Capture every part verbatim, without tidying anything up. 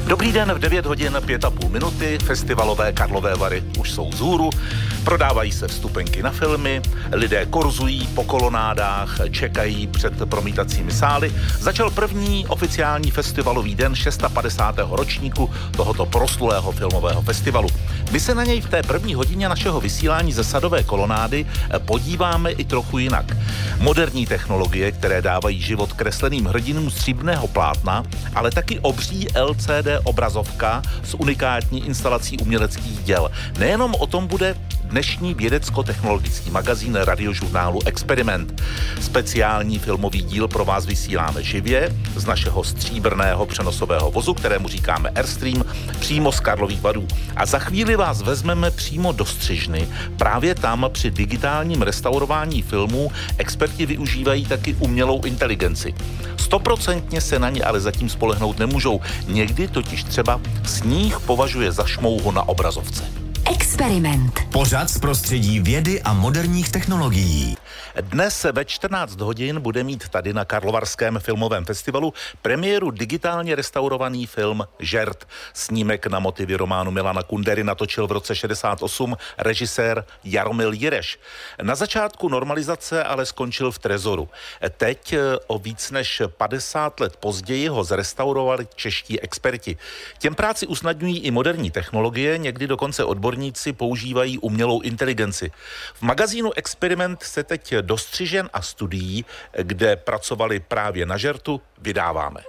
Dobrý den, v devět hodin pět a půl minuty, festivalové Karlové Vary už jsou vzhůru, prodávají se vstupenky na filmy, lidé korzují po kolonádách, čekají před promítacími sály. Začal první oficiální festivalový den padesátého šestého ročníku tohoto proslulého filmového festivalu. My se na něj v té první hodině našeho vysílání ze Sadové kolonády podíváme i trochu jinak. Moderní technologie, které dávají život kresleným hrdinům stříbrného plátna, ale taky obří L C D obrazovka s unikátní instalací uměleckých děl. Nejenom o tom bude dnešní vědecko-technologický magazín radiožurnálu Experiment. Speciální filmový díl pro vás vysíláme živě z našeho stříbrného přenosového vozu, kterému říkáme Airstream, přímo z Karlových Varů. A za chvíli vás vezmeme přímo do střižny. Právě tam při digitálním restaurování filmů experti využívají taky umělou inteligenci. Stoprocentně se na ně ale zatím spolehnout nemůžou. Někdy totiž třeba sníh považuje za šmouhu na obrazovce. Experiment. Pořad z prostředí vědy a moderních technologií. Dnes ve čtrnáct hodin bude mít tady na Karlovarském filmovém festivalu premiéru digitálně restaurovaný film Žert. Snímek na motivy románu Milana Kundery natočil v roce šedesát osm režisér Jaromil Jireš. Na začátku normalizace ale skončil v trezoru. Teď o víc než padesát let později ho zrestaurovali čeští experti. Těm práci usnadňují i moderní technologie, někdy dokonce odborníci používají umělou inteligenci. V magazínu Experiment se teď do střižen a studií, kde pracovali právě na Žertu, vydáváme.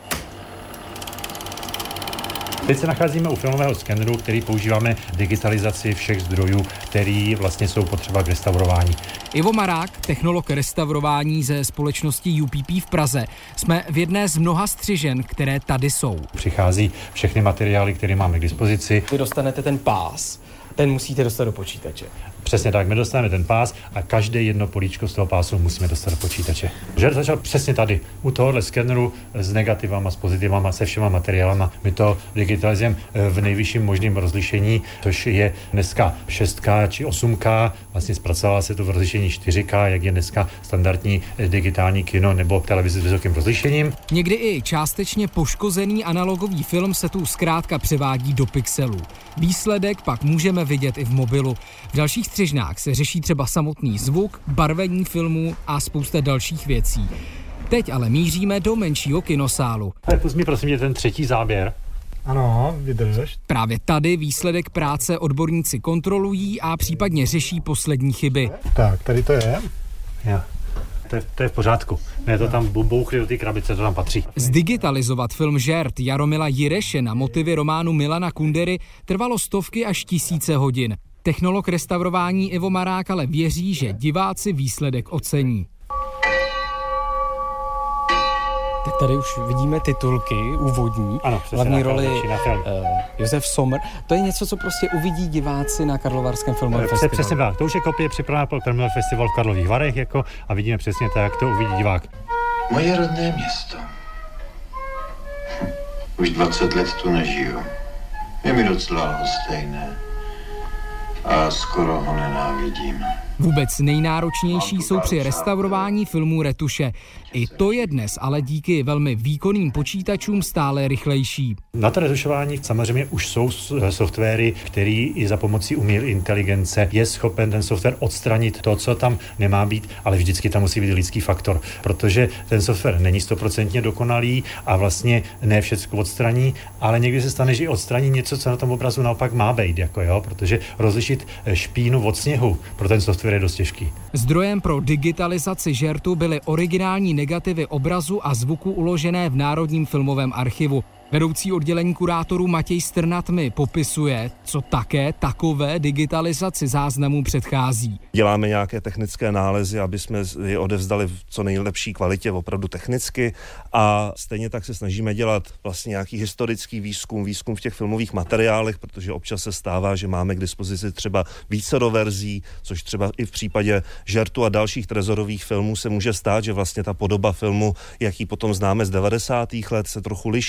Teď se nacházíme u filmového skeneru, který používáme digitalizaci všech zdrojů, který vlastně jsou potřeba k restaurování. Ivo Marák, technolog restaurování ze společnosti U P P v Praze. Jsme v jedné z mnoha střižen, které tady jsou. Přichází všechny materiály, které máme k dispozici. Vy dostanete ten pás, ten musíte dostat do počítače. Přesně tak, my dostaneme ten pás a každé jedno políčko z toho pásu musíme dostat do počítače. Žert začal přesně tady, u tohohle skeneru s negativama, s pozitivama, se všema materiálama. My to digitalizujeme v nejvyšším možném rozlišení, což je dneska šest K či osm K. Vlastně zpracovává se to v rozlišení čtyři K, jak je dneska standardní digitální kino nebo televize s vysokým rozlišením. Někdy i částečně poškozený analogový film se tu zkrátka převádí do pixelů. Výsledek pak můžeme vidět i v mobilu. V dalších střižnách se řeší třeba samotný zvuk, barvení filmů a spousta dalších věcí. Teď ale míříme do menšího kinosálu. Tak pust mi prosím tě ten třetí záběr. Ano, vydrž. Právě tady výsledek práce odborníci kontrolují a případně řeší poslední chyby. Tak, tady to je. Jo. To je, to je v pořádku. Ne, to tam bouchli do té krabice, to tam patří. Zdigitalizovat film Žert Jaromila Jireše na motivy románu Milana Kundery trvalo stovky až tisíce hodin. Technolog restaurování Ivo Marák ale věří, že diváci výsledek ocení. Tak tady už vidíme titulky úvodní. Ano, přesně. Hlavní roli uh, film. Josef Sommer. To je něco, co prostě uvidí diváci na Karlovarském filmovém Přes, festivalu. Přesně tak. To už je kopie připravená pro filmový festival v Karlových Varech jako, a vidíme přesně tak, jak to uvidí divák. Moje rodné město. Už dvacet let tu nežiju. Je mi docela lhostejné. A skoro ho nenávidím. Vůbec nejnáročnější jsou při restaurování filmů retuše. I to je dnes ale díky velmi výkonným počítačům stále rychlejší. Na to retušování samozřejmě už jsou softwary, který i za pomocí umělé inteligence je schopen ten software odstranit to, co tam nemá být, ale vždycky tam musí být lidský faktor, protože ten software není stoprocentně dokonalý a vlastně ne všechno odstraní, ale někdy se stane, že odstraní něco, co na tom obrazu naopak má být, jako jo, protože rozlišit špínu od sněhu pro ten software je dost těžký. Zdrojem pro digitalizaci Žertu byly originální negativy obrazu a zvuku uložené v Národním filmovém archivu. Vedoucí oddělení kurátorů Matěj Strnat mi popisuje, co také takové digitalizaci záznamů předchází. Děláme nějaké technické nálezy, aby jsme je odevzdali v co nejlepší kvalitě, opravdu technicky, a stejně tak se snažíme dělat vlastně nějaký historický výzkum, výzkum v těch filmových materiálech, protože občas se stává, že máme k dispozici třeba vícero verzí, což třeba i v případě Žertu a dalších trezorových filmů se může stát, že vlastně ta podoba filmu, jaký potom známe z devadesátých let, se trochu liší od té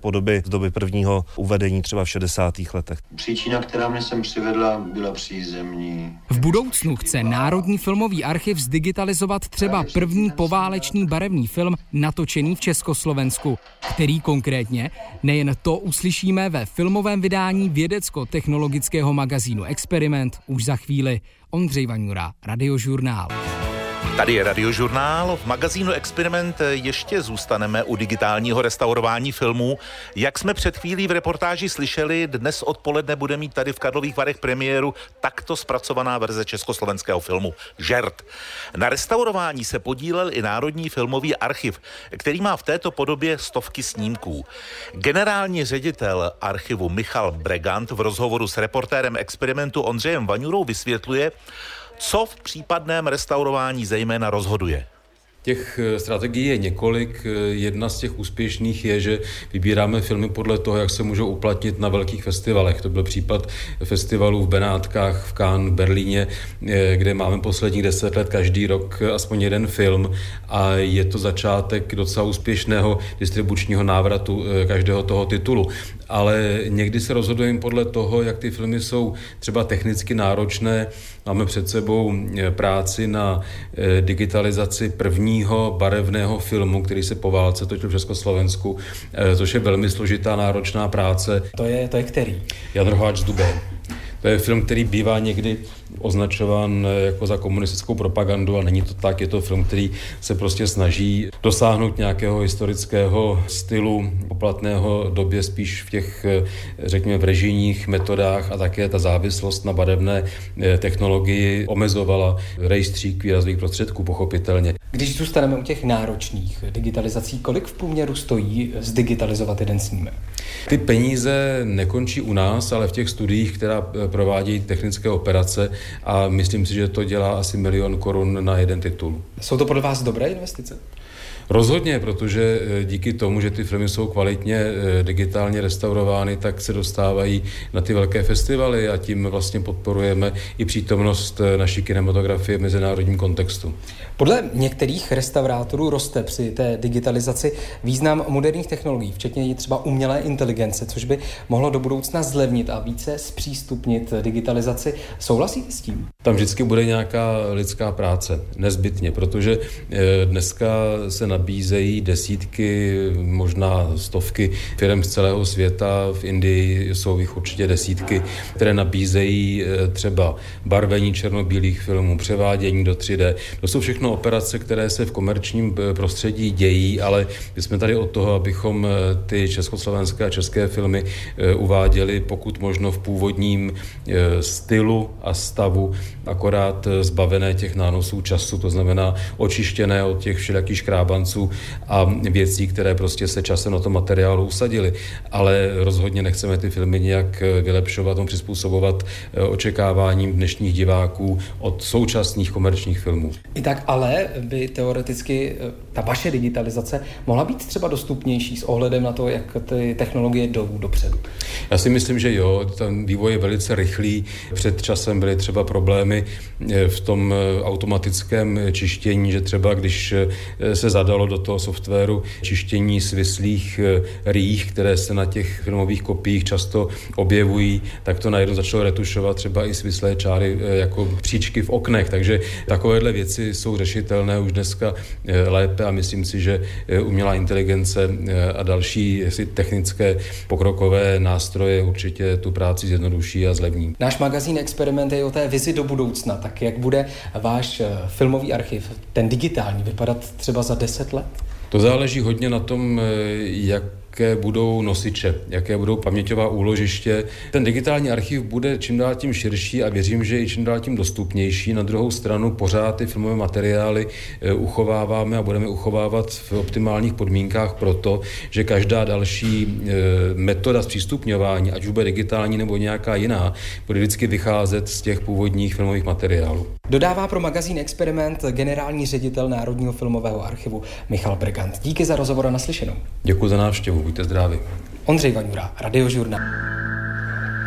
podoby z doby prvního uvedení třeba v šedesátých letech. Příčina, která mě sem přivedla, byla přízemní. V budoucnu chce Národní filmový archiv zdigitalizovat třeba první poválečný barevný film natočený v Československu, který konkrétně, nejen to uslyšíme ve filmovém vydání vědecko-technologického magazínu Experiment už za chvíli. Ondřej Vaňura, Radiožurnál. Tady je Radiožurnál. V magazínu Experiment ještě zůstaneme u digitálního restaurování filmů. Jak jsme před chvílí v reportáži slyšeli, dnes odpoledne bude mít tady v Karlových Varech premiéru takto zpracovaná verze československého filmu Žert. Na restaurování se podílel i Národní filmový archiv, který má v této podobě stovky snímků. Generální ředitel archivu Michal Bregant v rozhovoru s reportérem Experimentu Ondřejem Vaňurou vysvětluje, co v případném restaurování zejména rozhoduje. Těch strategií je několik. Jedna z těch úspěšných je, že vybíráme filmy podle toho, jak se můžou uplatnit na velkých festivalech. To byl případ festivalů v Benátkách, v Cannes, v Berlíně, kde máme posledních deset let každý rok aspoň jeden film a je to začátek docela úspěšného distribučního návratu každého toho titulu. Ale někdy se rozhodujeme podle toho, jak ty filmy jsou třeba technicky náročné. Máme před sebou práci na digitalizaci prvního barevného filmu, který se po válce točil v Československu, což je velmi složitá, náročná práce. To je, to je který? Jan Roháč z Dubé. To je film, který bývá někdy označován jako za komunistickou propagandu a není to tak, je to film, který se prostě snaží dosáhnout nějakého historického stylu poplatného době spíš v těch, řekněme, v režijních metodách a také ta závislost na barevné technologii omezovala rejstřík výrazových prostředků, pochopitelně. Když zůstaneme u těch náročných digitalizací, kolik v průměru stojí zdigitalizovat jeden snímek? Ty peníze nekončí u nás, ale v těch studiích, která provádějí technické operace a myslím si, že to dělá asi milion korun na jeden titul. Jsou to podle vás dobré investice? Rozhodně, protože díky tomu, že ty filmy jsou kvalitně digitálně restaurovány, tak se dostávají na ty velké festivaly a tím vlastně podporujeme i přítomnost naší kinematografie v mezinárodním kontextu. Podle některých restaurátorů roste při té digitalizaci význam moderních technologií, včetně i třeba umělé inteligence, což by mohlo do budoucna zlevnit a více zpřístupnit digitalizaci. Souhlasíte s tím? Tam vždycky bude nějaká lidská práce, nezbytně, protože dneska se nabízejí desítky, možná stovky firm z celého světa. V Indii jsou jich určitě desítky, které nabízejí třeba barvení černobílých filmů, převádění do tři dé. To jsou všechno operace, které se v komerčním prostředí dějí, ale my jsme tady od toho, abychom ty československé a české filmy uváděli pokud možno v původním stylu a stavu, akorát zbavené těch nánosů času, to znamená očištěné od těch všelijakých škrábanců a věcí, které prostě se časem na tom materiálu usadily. Ale rozhodně nechceme ty filmy nějak vylepšovat, no, přizpůsobovat očekáváním dnešních diváků od současných komerčních filmů. I tak ale by teoreticky ta vaše digitalizace mohla být třeba dostupnější s ohledem na to, jak ty technologie jdou dopředu. Já si myslím, že jo, ten vývoj je velice rychlý. Před časem byly třeba problémy v tom automatickém čištění, že třeba když se zadalo do toho softwaru čištění svislých rých, které se na těch filmových kopiích často objevují, tak to najednou začalo retušovat třeba i svislé čáry jako příčky v oknech. Takže takovéhle věci jsou řešitelné už dneska lépe a myslím si, že umělá inteligence a další technické pokrokové nástroje určitě tu práci zjednoduší a zlevní. Náš magazín Experiment je o té vizi do budoucna. Tak jak bude váš filmový archiv, ten digitální, vypadat třeba za deset let? To záleží hodně na tom, jak jaké budou nosiče, jaké budou paměťová úložiště. Ten digitální archiv bude čím dál tím širší a věřím, že i čím dál tím dostupnější. Na druhou stranu pořád ty filmové materiály uchováváme a budeme uchovávat v optimálních podmínkách proto, že každá další metoda zpřístupňování, ať už bude digitální nebo nějaká jiná, bude vždycky vycházet z těch původních filmových materiálů. Dodává pro magazín Experiment generální ředitel Národního filmového archivu Michal Bregant. Díky za rozhovor a naslyšenou. Děkuji za návštěvu, buďte zdraví. Ondřej Vaňura, Radiožurnál.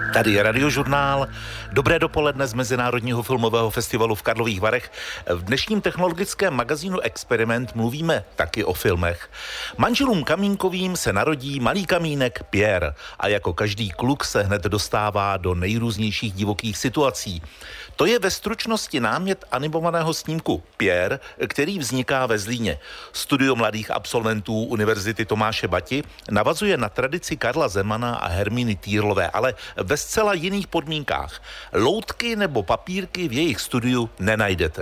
Tady je Radiožurnál. Dobré dopoledne z Mezinárodního filmového festivalu v Karlových Varech. V dnešním technologickém magazínu Experiment mluvíme taky o filmech. Manželům Kamínkovým se narodí malý kamínek Pierre a jako každý kluk se hned dostává do nejrůznějších divokých situací. To je ve stručnosti námět animovaného snímku Pierre, který vzniká ve Zlíně. Studio mladých absolventů Univerzity Tomáše Bati navazuje na tradici Karla Zemana a Hermíny Týrlové, ale ve zcela jiných podmínkách. Loutky nebo papírky v jejich studiu nenajdete.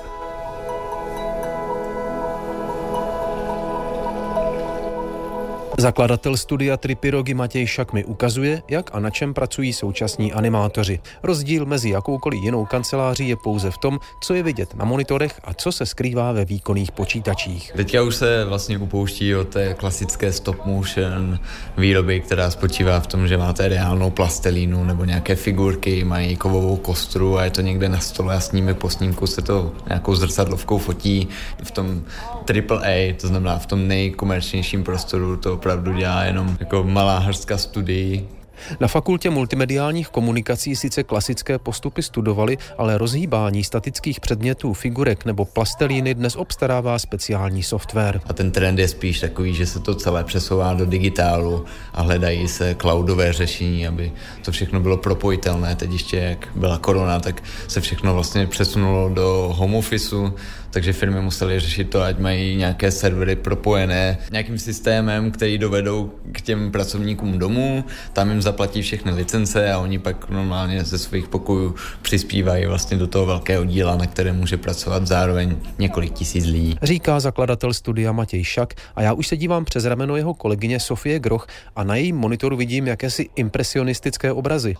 Zakladatel studia Tripirogy Matěj Šak mi ukazuje, jak a na čem pracují současní animátoři. Rozdíl mezi jakoukoliv jinou kanceláří je pouze v tom, co je vidět na monitorech a co se skrývá ve výkonných počítačích. Teďka už se vlastně upouští od té klasické stop motion výroby, která spočívá v tom, že máte reálnou plastelínu nebo nějaké figurky, mají kovovou kostru a je to někde na stole a s nimi po snímku se to nějakou zrcadlovkou fotí. V tom triple A, to znamená v tom nejkomerčnějším prostoru, to opravdu dělá jenom jako malá hrstka studií. Na fakultě multimediálních komunikací sice klasické postupy studovali, ale rozhýbání statických předmětů, figurek nebo plastelíny dnes obstarává speciální software. A ten trend je spíš takový, že se to celé přesouvá do digitálu a hledají se cloudové řešení, aby to všechno bylo propojitelné. Teď ještě jak byla korona, tak se všechno vlastně přesunulo do home officeu, takže firmy musely řešit to, ať mají nějaké servery propojené nějakým systémem, který dovedou k těm pracovníkům domů, tam jim zaplatí všechny licence a oni pak normálně ze svých pokojů přispívají vlastně do toho velkého díla, na které může pracovat zároveň několik tisíc lidí. Říká zakladatel studia Matěj Šak a já už se dívám přes rameno jeho kolegyně Sofie Groch a na jejím monitoru vidím jakési impresionistické obrazy.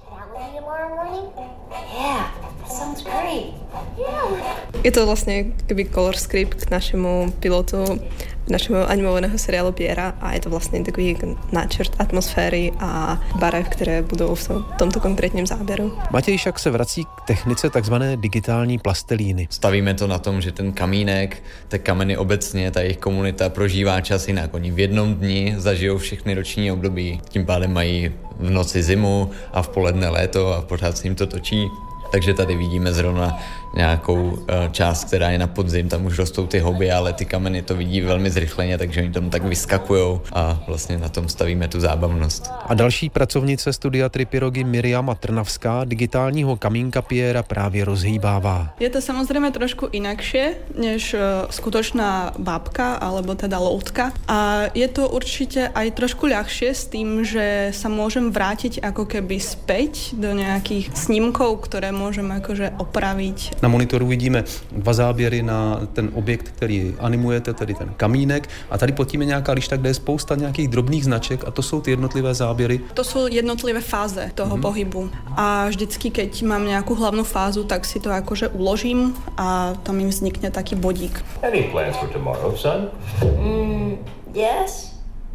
Je to vlastně keby color script k našemu pilotu, našeho animovaného seriálu Piera a je to vlastně takový náčrt atmosféry a barev, které budou v tomto konkrétním záběru. Matěj Šak se vrací k technice takzvané digitální plastelíny. Stavíme to na tom, že ten kamínek, ty kameny obecně, ta jejich komunita prožívá čas jinak. Oni v jednom dni zažijou všechny roční období, tím pádem mají v noci zimu a v poledne léto a pořád se jim to točí. Takže tady vidíme zrovna nějakou část, která je na podzim, tam už rostou ty houby, ale ty kameny to vidí velmi zrychleně, takže oni tam tak vyskakujou a vlastně na tom stavíme tu zábavnost. A další pracovnice studia Tripirogy Miriama Trnavská digitálního kamínka Piera právě rozhýbává. Je to samozřejmě trošku inakšie než skutočná bábka alebo teda loutka a je to určite aj trošku ľahšie s tým, že sa môžem vrátiť ako keby späť do nejakých snímkov, ktoré môžem akože opraviť. Na monitoru vidíme dva záběry na ten objekt, který animujete, tedy ten kamínek, a tady pod tím je nějaká lišta, kde je spousta nějakých drobných značek a to jsou ty jednotlivé záběry. To jsou jednotlivé fáze toho mm-hmm. pohybu a vždycky, keď mám nějakou hlavnou fázu, tak si to akože uložím a tam mi vznikne taký bodík. Any plans for tomorrow, son? Mm, yes,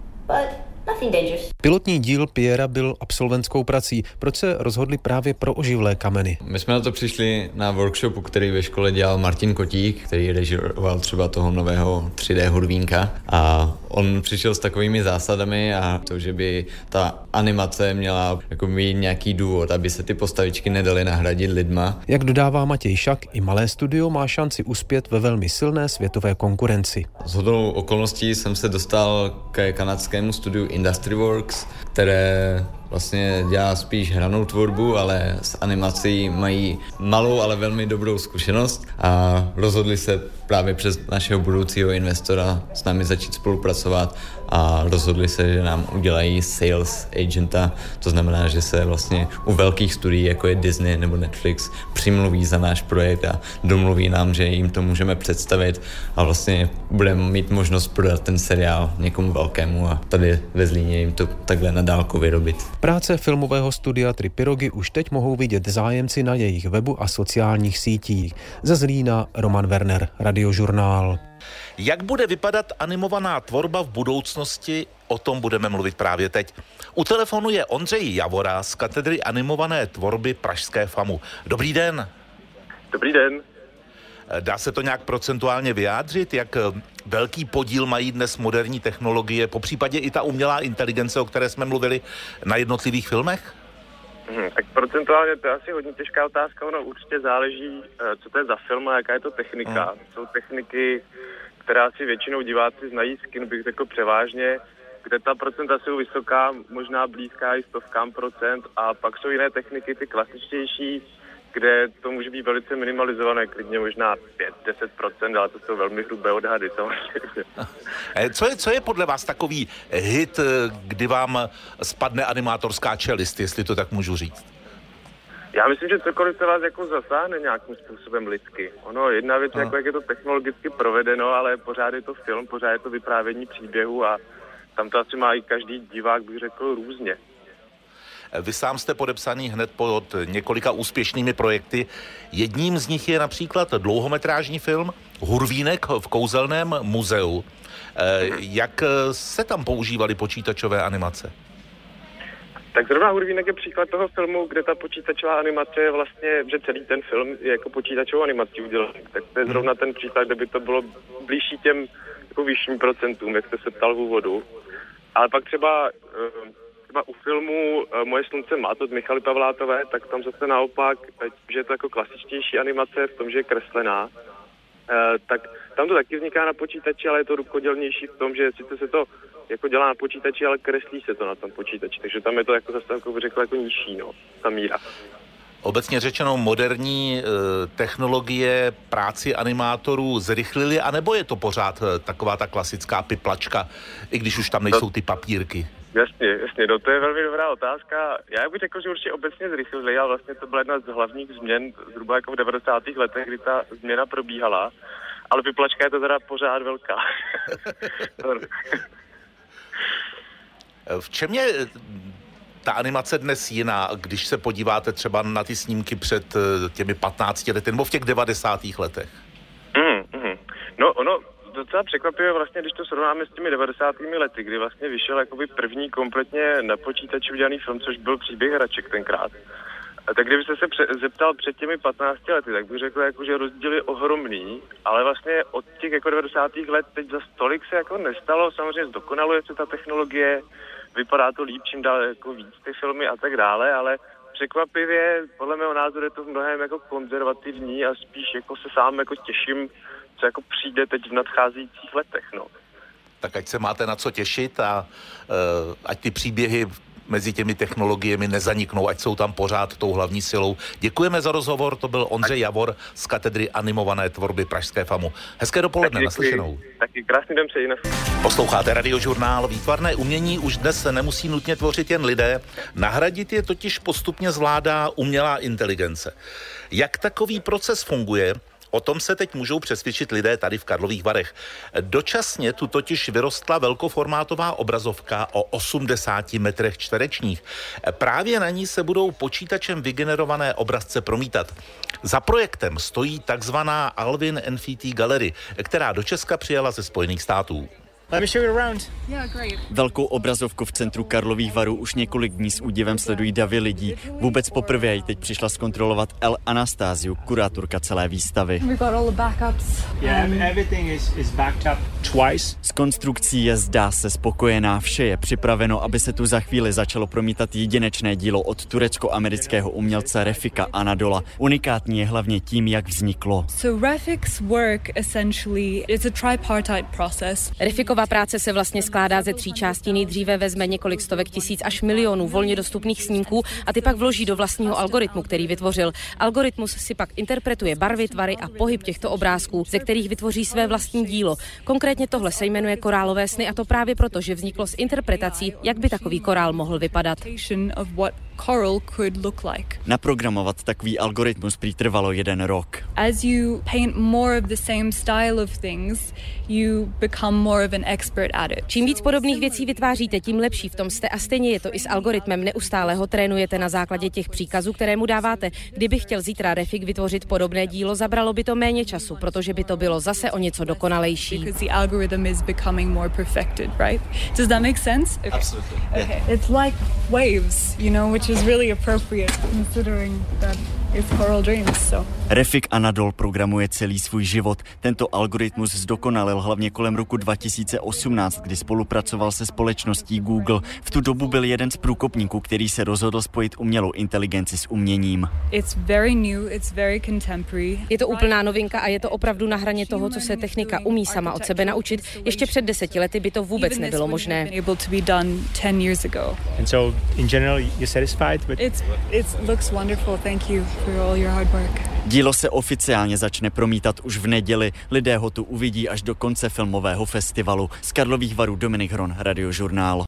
but nothing dangerous. Pilotní díl Piera byl absolventskou prací. Proč se rozhodli právě pro oživlé kameny? My jsme na to přišli na workshopu, který ve škole dělal Martin Kotík, který režíroval třeba toho nového tři dé hudvínka a on přišel s takovými zásadami a to, že by ta animace měla jako mít nějaký důvod, aby se ty postavičky nedaly nahradit lidma. Jak dodává Matěj Šak, i malé studio má šanci uspět ve velmi silné světové konkurenci. Shodou okolností jsem se dostal ke kanadskému studiu Industryworks, které vlastně dělá spíš hranou tvorbu, ale s animací mají malou, ale velmi dobrou zkušenost a rozhodli se právě přes našeho budoucího investora s námi začít spolupracovat a rozhodli se, že nám udělají sales agenta, to znamená, že se vlastně u velkých studií, jako je Disney nebo Netflix, přimluví za náš projekt a domluví nám, že jim to můžeme představit a vlastně budeme mít možnost prodat ten seriál někomu velkému a tady ve Zlíně jim to takhle na dálku vyrobit. Práce filmového studia Tripirogy už teď mohou vidět zájemci na jejich webu a sociálních sítích. Ze Zlína Roman Werner, Radiožurnál. Jak bude vypadat animovaná tvorba v budoucnosti, o tom budeme mluvit právě teď. U telefonu je Ondřej Javora z katedry animované tvorby pražské FAMu. Dobrý den. Dobrý den. Dá se to nějak procentuálně vyjádřit, jak velký podíl mají dnes moderní technologie, popřípadě i ta umělá inteligence, o které jsme mluvili, na jednotlivých filmech? Hmm, tak procentuálně to je asi hodně těžká otázka, ono určitě záleží, co to je za film a jaká je to technika. Hmm. Jsou techniky, které asi většinou diváci znají, z kin bych řekl převážně, kde ta procenta jsou vysoká, možná blízká i stovkám procent, a pak jsou jiné techniky, ty klasičtější, kde to může být velice minimalizované, klidně možná pět až deset procent, ale to jsou velmi hrubé odhady samozřejmě. Co je, co je podle vás takový hit, kdy vám spadne animátorská čelist, jestli to tak můžu říct? Já myslím, že cokoliv se vás jako zasáhne nějakým způsobem lidsky. Ono, jedna věc, jako jak je to technologicky provedeno, ale pořád je to film, pořád je to vyprávění příběhu a tam to asi má i každý divák, bych řekl, různě. Vy sám jste podepsaný hned pod několika úspěšnými projekty. Jedním z nich je například dlouhometrážní film Hurvínek v kouzelném muzeu. Jak se tam používaly počítačové animace? Tak zrovna Hurvínek je příklad toho filmu, kde ta počítačová animace je vlastně, že celý ten film je jako počítačovou animací udělaný. Tak to je zrovna ten příklad, kde by to bylo blížší těm jako vyšším procentům, jak jste se ptal v úvodu. Ale pak třeba, třeba u filmu Moje slunce mat od Michaly Pavlátové, tak tam zase naopak, že je to jako klasičtější animace v tom, že je kreslená, tak tam to taky vzniká na počítači, ale je to rukodělnější v tom, že sice se to jako dělá na počítači, ale kreslí se to na tom počítači, takže tam je to jako zase jako řekl jako nižší, no, ta míra. Obecně řečeno, moderní e, technologie práci animátorů zrychlily, anebo je to pořád e, taková ta klasická piplačka, i když už tam nejsou ty papírky? Jasně, jasně, no to je velmi dobrá otázka. Já bych řekl, že určitě obecně zrychlili, ale vlastně to byla jedna z hlavních změn zhruba jako v devadesátých letech, kdy ta změna probíhala, ale piplačka je to teda pořád velká. V čem je ta animace dnes jiná, když se podíváte třeba na ty snímky před těmi patnácti lety, nebo v těch devadesátých letech? Mm, mm. No ono docela překvapivé vlastně, když to srovnáme s těmi devadesátými lety, kdy vlastně vyšel jakoby první kompletně na počítači udělaný film, což byl Příběh hraček tenkrát. Tak kdybyste se pře- zeptal před těmi patnácti lety, tak bych řekl, jako, že rozdíl je ohromný, ale vlastně od těch jako devadesátých let teď za stolik se jako nestalo, samozřejmě zdokonaluje se ta technologie, vypadá to líp, čím dál jako víc ty filmy a tak dále, ale překvapivě, podle mého názoru je to v mnohem jako konzervativní a spíš jako se sám jako těším, co jako přijde teď v nadcházejících letech, no. Tak ať se máte na co těšit a uh, ať ty příběhy mezi těmi technologiemi nezaniknou, ať jsou tam pořád tou hlavní silou. Děkujeme za rozhovor, to byl Ondřej Javor z katedry animované tvorby Pražské FAMu. Hezké dopoledne, naslyšenou. Taky krásný den přeji. Posloucháte Radiožurnál. Výtvarné umění už dnes nemusí nutně tvořit jen lidé, nahradit je totiž postupně zvládá umělá inteligence. Jak takový proces funguje? O tom se teď můžou přesvědčit lidé tady v Karlových Varech. Dočasně tu totiž vyrostla velkoformátová obrazovka o osmdesáti metrech čtverečních. Právě na ní se budou počítačem vygenerované obrazce promítat. Za projektem stojí takzvaná Alvin N F T Gallery, která do Česka přijela ze Spojených států. Let me show you around. Yeah, great. Velkou obrazovku v centru Karlových Varů už několik dní s údivem sledují davy lidí. Vůbec poprvé ji teď přišla zkontrolovat El Anastaziu, kurátorka celé výstavy. We got all the backups. Yeah, everything is is backed up twice. S konstrukcí je zdá se spokojená, vše je připraveno, aby se tu za chvíli začalo promítat jedinečné dílo od turecko-amerického umělce Refika Anadola. Unikátní je hlavně tím, jak vzniklo. So Refik's work essentially is a tripartite process. Refikova práce se vlastně skládá ze tří částí. Nejdříve vezme několik stovek tisíc až milionů volně dostupných snímků a ty pak vloží do vlastního algoritmu, který vytvořil. Algoritmus si pak interpretuje barvy, tvary a pohyb těchto obrázků, ze kterých vytvoří své vlastní dílo. Konkrétně tohle se jmenuje Korálové sny a to právě proto, že vzniklo s interpretací, jak by takový korál mohl vypadat. Coral could look like. Naprogramovat takový algoritmus prý trvalo jeden rok. As you paint more of the same style of things, you become more of an expert at it. Čím víc podobných věcí vytváříte, tím lepší v tom jste a stejně je to i s algoritmem. Neustále ho trénujete na základě těch příkazů, které mu dáváte. Kdyby chtěl zítra Refik vytvořit podobné dílo, zabralo by to méně času, protože by to bylo zase o něco dokonalejší. Because the algorithm is becoming more perfected, right? Does that make sense? Okay. Absolutely. Okay. It's like waves, you know, which is really appropriate considering that it's Coral Dreams, so Refik Anadol programuje celý svůj život. Tento algoritmus zdokonalil hlavně kolem roku dva tisíce osmnáct, kdy spolupracoval se společností Google. V tu dobu byl jeden z průkopníků, který se rozhodl spojit umělou inteligenci s uměním. It's very new, it's very contemporary. Je to úplná novinka a je to opravdu na hraně toho, co se technika umí sama od sebe naučit. Ještě před deseti lety by to vůbec nebylo možné. And so in general you're satisfied with It's it looks wonderful. Thank you for all your hard work. Dílo se oficiálně začne promítat už v neděli. Lidé ho tu uvidí až do konce filmového festivalu. Z Karlových Varů Dominik Hron, Radiožurnál.